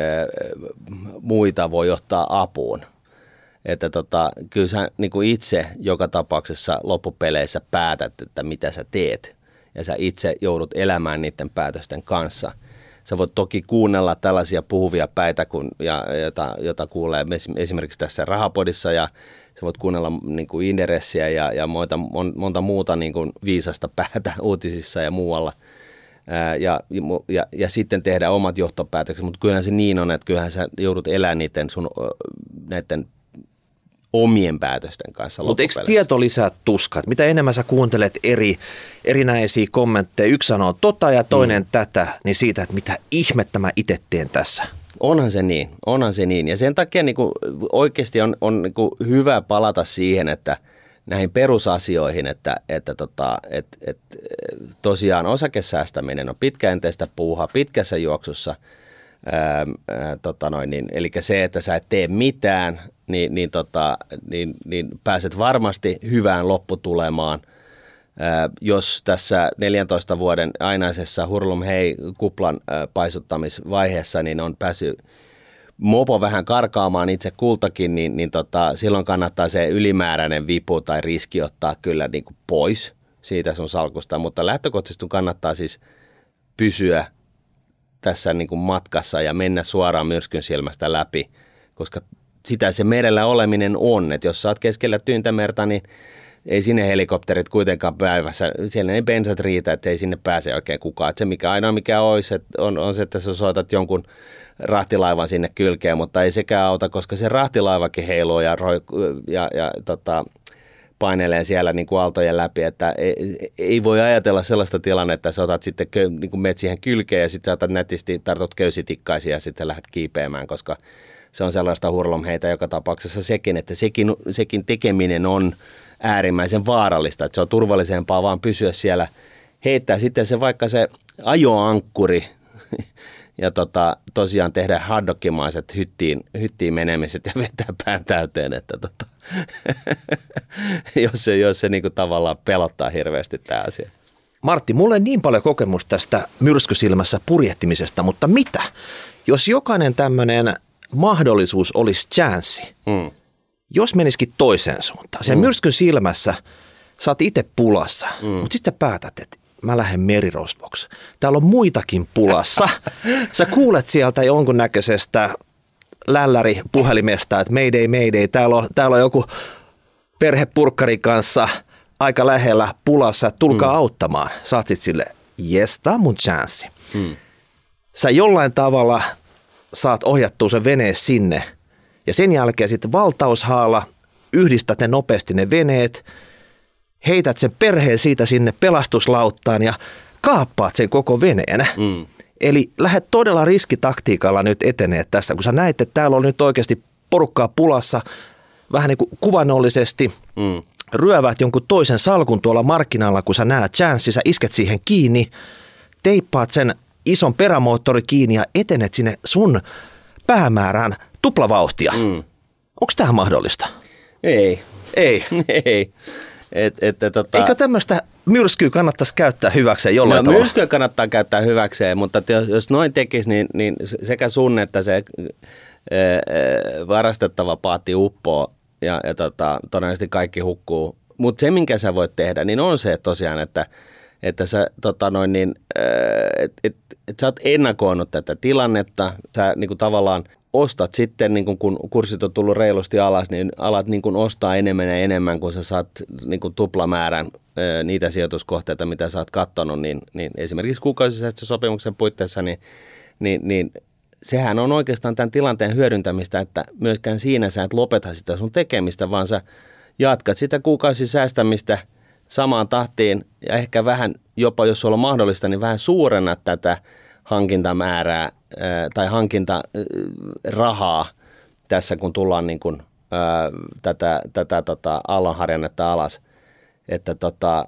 muita voi ottaa apuun. Että tota, kyllä sä niin kuin itse joka tapauksessa loppupeleissä päätät, että mitä sä teet. Ja sä itse joudut elämään niiden päätösten kanssa. Sä voit toki kuunnella tällaisia puhuvia päitä, kun, ja, jota, jota kuulee esimerkiksi tässä Rahapodissa. Ja sä voit kuunnella niin kuin Inderessiä ja, ja monta, monta muuta niin kuin viisasta päätä uutisissa ja muualla. Ja, ja, ja sitten tehdä omat johtopäätökset, mutta kyllähän se niin on, että kyllähän sä joudut elämään niiden sun näiden omien päätösten kanssa. Mutta eikö tieto lisää tuskaa? Mitä enemmän sä kuuntelet eri, erinäisiä kommentteja, yksi sanoo tota ja toinen mm. tätä, niin siitä, että mitä ihmettä mä itse teen tässä. Onhan se niin, onhan se niin. Ja sen takia niin kuin oikeasti on, on niin kuin hyvä palata siihen, että näihin perusasioihin, että, että tota, et, et, tosiaan osakesäästäminen on pitkäjänteistä puuhaa pitkässä juoksussa. Ää, ää, tota noin, niin, eli se, että sä et tee mitään, niin, niin, tota, niin, niin pääset varmasti hyvään lopputulemaan. Ää, jos tässä neljäntoista vuoden ainaisessa hurlum hei kuplan ää, paisuttamisvaiheessa niin on päässyt mopo vähän karkaamaan itse kultakin, niin, niin tota, silloin kannattaa se ylimääräinen vipu tai riski ottaa kyllä niin kuin pois siitä sun salkusta, mutta lähtökohtaisesti kannattaa siis pysyä tässä niin kuin matkassa ja mennä suoraan myrskyn silmästä läpi, koska sitä se merellä oleminen on, että jos sä oot keskellä Tyyntämerta, niin ei sinne helikopterit kuitenkaan päivässä, siellä ei bensat riitä, että ei sinne pääse oikein kukaan. Että se mikä ainoa mikä olisi, on, on se, että sä soitat jonkun rahtilaivan sinne kylkeen, mutta ei sekään auta, koska se rahtilaivakin heiluu ja, ja, ja tota, painelee siellä niin kuin aaltojen läpi, että ei, ei voi ajatella sellaista tilannetta, että sä otat sitten, niin kuin menet siihen kylkeen ja sitten sä otat nätisti, tartut köysitikkaisia ja sitten lähdet kiipeämään, koska se on sellaista hurlumheitä joka tapauksessa sekin, että sekin, sekin tekeminen on äärimmäisen vaarallista, että se on turvallisempaa vaan pysyä siellä, heittää sitten se vaikka se ajoankkuri ja tota, tosiaan tehdä haddockimaiset hyttiin, hyttiin menemiset ja vetää pään täyteen, että tota, jos se, jos se niinku tavallaan pelottaa hirveästi tämä asia. Martti, mulla ei niin paljon kokemusta tästä myrskysilmässä purjehtimisesta, mutta mitä? Jos jokainen tämmöinen mahdollisuus olisi chanssi, mm. jos menisikin toiseen suuntaan, sen mm. myrskyn silmässä sä oot itse pulassa, mm. mutta sitten sä päätät, että mä lähden merirosvoksi. Täällä on muitakin pulassa. Sä kuulet sieltä jonkunnäköisestä lälläri puhelimesta, että mayday, mayday, täällä on, täällä on joku perhe purkkarin kanssa aika lähellä pulassa, että tulkaa mm. auttamaan. Sä oot sit silleen, jes, tää on mun chanssi. Mm. Sä jollain tavalla saat ohjattua sen veneen sinne ja sen jälkeen sitten valtaushaalla yhdistät ne nopeasti ne veneet, heität sen perheen siitä sinne pelastuslauttaan ja kaappaat sen koko veneen. Mm. Eli lähdet todella riskitaktiikalla nyt etenee tässä, kun sä näet, että täällä on nyt oikeasti porukkaa pulassa, vähän niin kuin kuvannollisesti mm. ryövät jonkun toisen salkun tuolla markkinalla, kun sä näet chanssi, sä isket siihen kiinni, teippaat sen ison perämoottori kiinni ja etenet sinne sun päämäärään tuplavauhtia. Mm. Onko tämä mahdollista? Ei. Ei? Ei. Et, et, tota... Eikö tämmöistä myrskyä kannattaisi käyttää hyväkseen jollain no, tavalla? Myrskyä kannattaa käyttää hyväkseen, mutta jos, jos noin tekisi, niin, niin sekä sun että se e, e, varastettava paatti uppoo ja, ja tota, todennäköisesti kaikki hukkuu. Mutta se, minkä sä voit tehdä, niin on se tosiaan, että, että sä, tota noin, niin, et, et, et sä oot ennakoinut tätä tilannetta, sä niin kuin tavallaan ostat sitten, niin kun kurssit on tullut reilusti alas, niin alat niin kun ostaa enemmän ja enemmän, kun sä saat niin kun tuplamäärän ö, niitä sijoituskohteita, mitä sä oot katsonut, niin, niin esimerkiksi kuukausisäästösopimuksen puitteissa, niin, niin, niin sehän on oikeastaan tämän tilanteen hyödyntämistä, että myöskään siinä sä et lopeta sitä sun tekemistä, vaan sä jatkat sitä kuukausisäästämistä samaan tahtiin ja ehkä vähän, jopa jos sulla on mahdollista, niin vähän suurennat tätä hankintamäärää tai hankintarahaa tässä, kun tullaan niin kuin, ää, tätä, tätä tota, aallonharjannetta alas. Että, tota,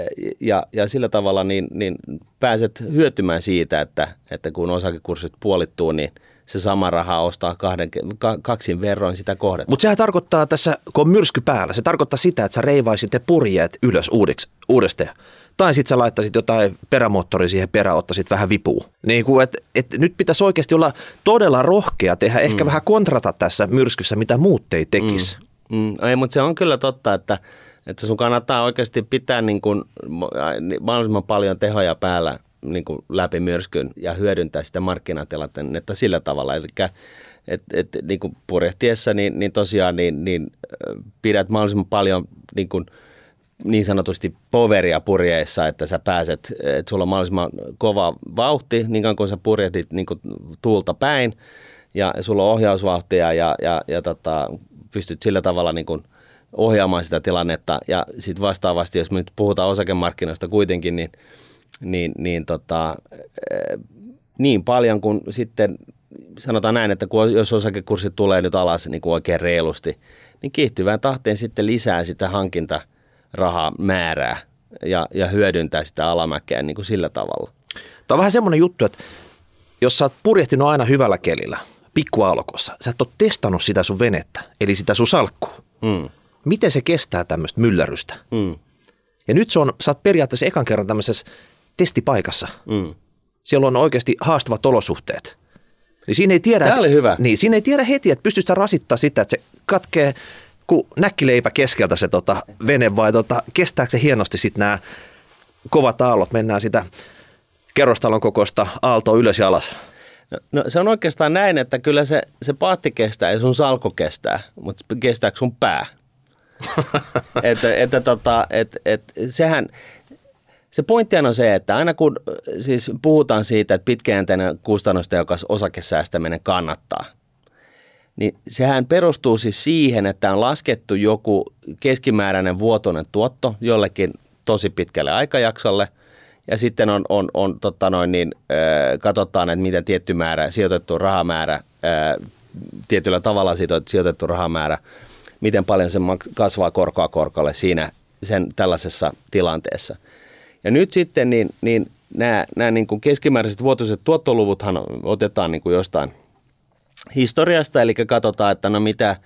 ja, ja sillä tavalla niin, niin pääset hyötymään siitä, että, että kun osakekurssit puolittuu, niin se sama raha ostaa kahden, kaksin verroin sitä kohdetta. Mutta sehän tarkoittaa tässä, kun on myrsky päällä, se tarkoittaa sitä, että sä reivaisit ne purjeet ylös uudiksi, uudestaan. Tai sitten sä laittaisit jotain perämoottoria siihen perään, ottaisit vähän vipua. Niin kuin, et, et nyt pitäisi oikeasti olla todella rohkea tehdä, ehkä mm. vähän kontrata tässä myrskyssä, mitä muut ei tekisi. Mm. Mm. Ei, mutta se on kyllä totta, että, että sun kannattaa oikeasti pitää niin kuin mahdollisimman paljon tehoja päällä niin kuin läpi myrskyn ja hyödyntää sitä markkinatilannetta sillä tavalla. Eli et, et, niin kuin purjehtiessa, niin, niin tosiaan niin, niin pidät mahdollisimman paljon niin kuin niin sanotusti poveria purjeissa, että sä pääset, että sulla on mahdollisimman kova vauhti, niin kauan kun sä purjehdit niin kuin tuulta päin, ja sulla on ohjausvauhtia, ja, ja, ja tota, pystyt sillä tavalla niin kuin ohjaamaan sitä tilannetta, ja sitten vastaavasti, jos me nyt puhutaan osakemarkkinoista kuitenkin, niin, niin, niin, tota, niin paljon kuin sitten, sanotaan näin, että kun, jos osakekurssit tulee nyt alas niin kuin oikein reilusti, niin kiihtyvään tahteen sitten lisää sitä hankinta rahaa määrää ja, ja hyödyntää sitä alamäkeä niin kuin sillä tavalla. Tämä on vähän semmoinen juttu, että jos sä oot purjehtinut aina hyvällä kelillä, pikkuaallokossa, sä et ole testannut sitä sun venettä, eli sitä sun salkkua. Mm. Miten se kestää tämmöistä myllärystä? Mm. Ja nyt se on, sä oot periaatteessa ekan kerran tämmöisessä testipaikassa. Mm. Siellä on oikeasti haastavat olosuhteet. Niin siinä ei tiedä, Tämä oli että, hyvä. Niin, siinä ei tiedä heti, että pystyt sä rasittaa sitä, että se katkee kun näkkileipä keskeltä se tota, vene vai tota, kestääkö se hienosti sitten nämä kovat aallot, mennään sitä kerrostalon kokoista aaltoa ylös ja alas? No, no se on oikeastaan näin, että kyllä se, se paatti kestää ja sun salko kestää, mutta kestääkö sun pää? että, että tota, et, et, sehän, se pointtihan on se, että aina kun siis puhutaan siitä, että pitkäjänteinen kustannustehokas osakesäästäminen kannattaa, niin sehän perustuu siis siihen, että on laskettu joku keskimääräinen vuotuinen tuotto jollekin tosi pitkälle aikajaksolle, ja sitten on, on, on totta noin, niin, äh, katsotaan, että miten tietty määrä, sijoitettu rahamäärä, äh, tietyllä tavalla sijoitettu rahamäärä, miten paljon se kasvaa korkoa korkolle siinä sen tällaisessa tilanteessa. Ja nyt sitten niin, niin nämä, nämä niin kuin keskimääräiset vuotuiset tuottoluvuthan otetaan niin kuin jostain historiasta, eli katsotaan, että no mitä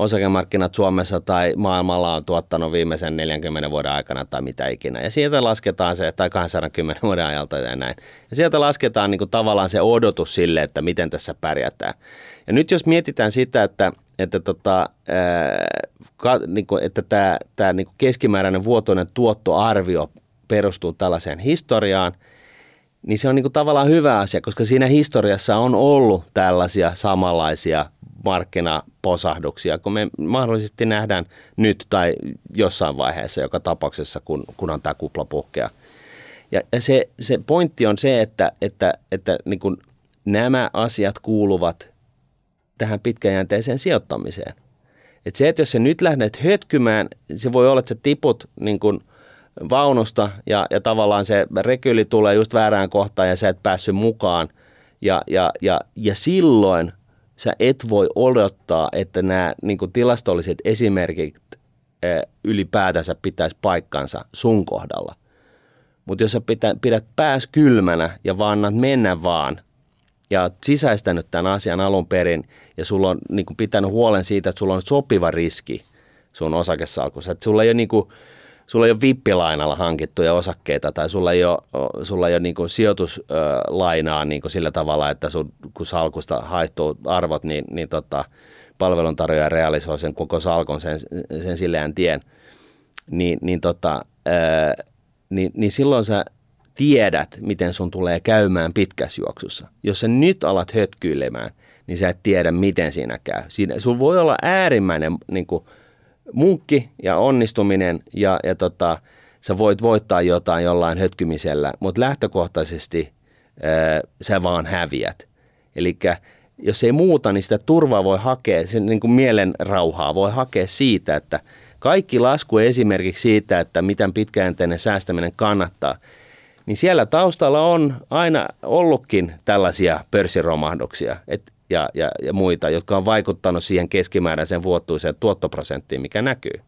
osakemarkkinat Suomessa tai maailmalla on tuottanut viimeisen neljänkymmenen vuoden aikana tai mitä ikinä. Ja sieltä lasketaan se, tai kaksisataa vuoden ajalta ja näin. Ja sieltä lasketaan niin kuin tavallaan se odotus sille, että miten tässä pärjätään. Ja nyt jos mietitään sitä, että että, tota, ää, ka, niin kuin, että tämä, tämä niin kuin keskimääräinen vuotuinen tuottoarvio perustuu tällaiseen historiaan, niin se on niin kuin tavallaan hyvä asia, koska siinä historiassa on ollut tällaisia samanlaisia markkinaposahduksia, kun me mahdollisesti nähdään nyt tai jossain vaiheessa joka tapauksessa, kun, kun on tämä kupla puhkea. Ja, ja se, se pointti on se, että, että, että niin kuin nämä asiat kuuluvat tähän pitkäjänteiseen sijoittamiseen. Et se, että jos sä nyt lähdet hötkymään, se voi olla, että sä tiput niin kuin vaunusta ja, ja tavallaan se rekyli tulee just väärään kohtaan ja sä et päässyt mukaan. Ja, ja, ja, ja silloin sä et voi odottaa, että nämä niin kuin tilastolliset esimerkit ää, ylipäätänsä pitäisi paikkansa sun kohdalla. Mutta jos sä pitä, pidät pääs kylmänä ja vaan annat mennä vaan, ja olet sisäistänyt tämän asian alun perin ja sulla on niin kuin pitänyt huolen siitä, että sulla on sopiva riski sun osakesalkussa. Että sulla ei ole, niin kuin, sulla ei ole vippilainalla hankittuja osakkeita tai sulla ei ole, sulla ei ole niin kuin sijoituslainaa niin kuin sillä tavalla, että sun, kun salkusta haittuu arvot, niin, niin tota, palveluntarjoaja realisoi sen koko salkon sen, sen silleen tien. Niin, niin, tota, ää, niin, niin silloin sä tiedät, miten sun tulee käymään pitkässä juoksussa. Jos sä nyt alat hötkyilemään, niin sä et tiedä, miten siinä käy. Siinä, sun voi olla äärimmäinen niin kuin, munkki ja onnistuminen ja, ja tota, sä voit voittaa jotain jollain hötkymisellä, mutta lähtökohtaisesti ää, sä vaan häviät. Eli jos ei muuta, niin sitä turvaa voi hakea, sen niin kuin mielen rauhaa voi hakea siitä, että kaikki lasku esimerkiksi siitä, että miten pitkäjänteinen säästäminen kannattaa, niin siellä taustalla on aina ollutkin tällaisia pörssiromahduksia et, ja, ja, ja muita, jotka on vaikuttanut siihen keskimääräiseen vuotuiseen tuottoprosenttiin, mikä näkyy.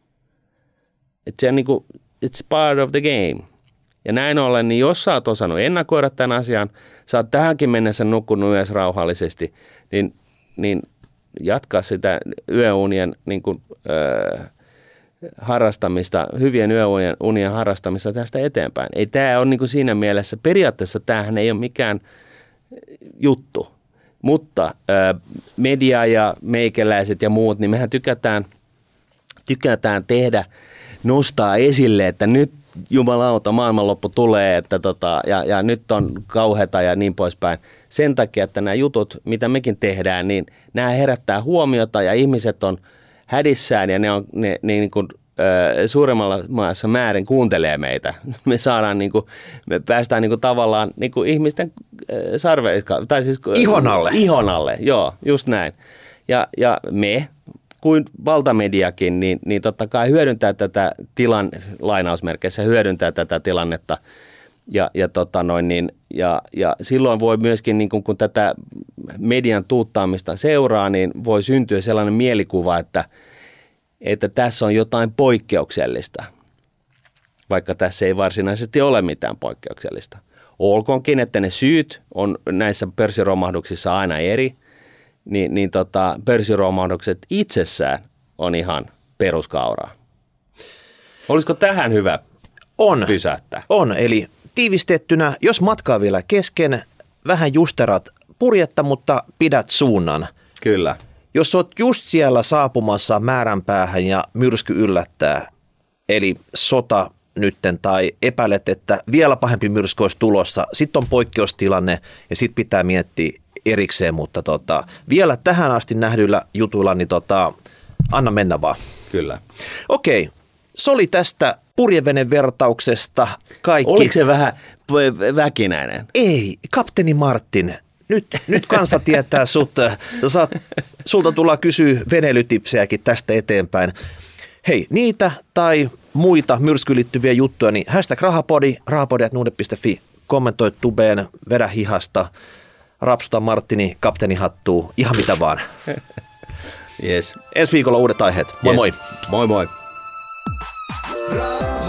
Et se on niin kuin, it's part of the game. Ja näin ollen, niin jos sä oot osannut ennakoida tämän asian, sä oot tähänkin mennessä nukkunut yössä rauhallisesti, niin, niin jatka sitä yöunien niin kuin, öö, harrastamista, hyvien yöunien unien harrastamista tästä eteenpäin. Ei tämä ole niin kuin siinä mielessä, periaatteessa tämähän ei ole mikään juttu, mutta ö, media ja meikäläiset ja muut, niin mehän tykätään, tykätään tehdä, nostaa esille, että nyt jumalauta maailmanloppu tulee, että tota, ja, ja nyt on kauheata ja niin poispäin. Sen takia, että nämä jutut, mitä mekin tehdään, niin nämä herättää huomiota ja ihmiset on hädissään ja ne, on, ne, ne niin kuin, ö, suuremmalla maassa määrin kuuntelee meitä. Me saadaan niin kuin, me päästään niin kuin, tavallaan niin kuin ihmisten ö, sarveiskaan, tai siis ihon alle. Ihon alle, joo, just näin. Ja, ja me, kuin valtamediakin, niin, niin totta kai hyödyntää tätä tilan, lainausmerkeissä hyödyntää tätä tilannetta. Ja, ja, tota noin, niin, ja, ja silloin voi myöskin, niin kun, kun tätä median tuuttaamista seuraa, niin voi syntyä sellainen mielikuva, että, että tässä on jotain poikkeuksellista, vaikka tässä ei varsinaisesti ole mitään poikkeuksellista. Olkoonkin, että ne syyt on näissä pörssiromahduksissa aina eri, niin, niin tota, pörssiromahdukset itsessään on ihan peruskauraa. Olisiko tähän hyvä on, pysäyttää? On, eli tiivistettynä, jos matkaa vielä kesken, vähän justerat purjetta, mutta pidät suunnan. Kyllä. Jos olet just siellä saapumassa määränpäähän ja myrsky yllättää, eli sota nytten, tai epäilet, että vielä pahempi myrsky olisi tulossa, sitten on poikkeustilanne ja sitten pitää miettiä erikseen, mutta tota, vielä tähän asti nähdyillä jutuilla, niin tota, anna mennä vaan. Kyllä. Okei, se oli tästä purjevenevertauksesta kaikki. Oliko se vähän väkinäinen? Ei, kapteeni Martin, nyt, nyt kansa tietää sut. Saat, sulta tullaan kysyä veneilytipsejäkin tästä eteenpäin. Hei, niitä tai muita myrskyyn liittyviä juttuja, niin hashtag rahapodi, rahapodi at nuude piste fi, kommentoi tubeen, vedä hihasta, rapsuta Martini, kapteenihattuu, ihan mitä vaan. Yes. Ensi viikolla uudet aiheet. Moi yes. moi. Moi moi. Ra-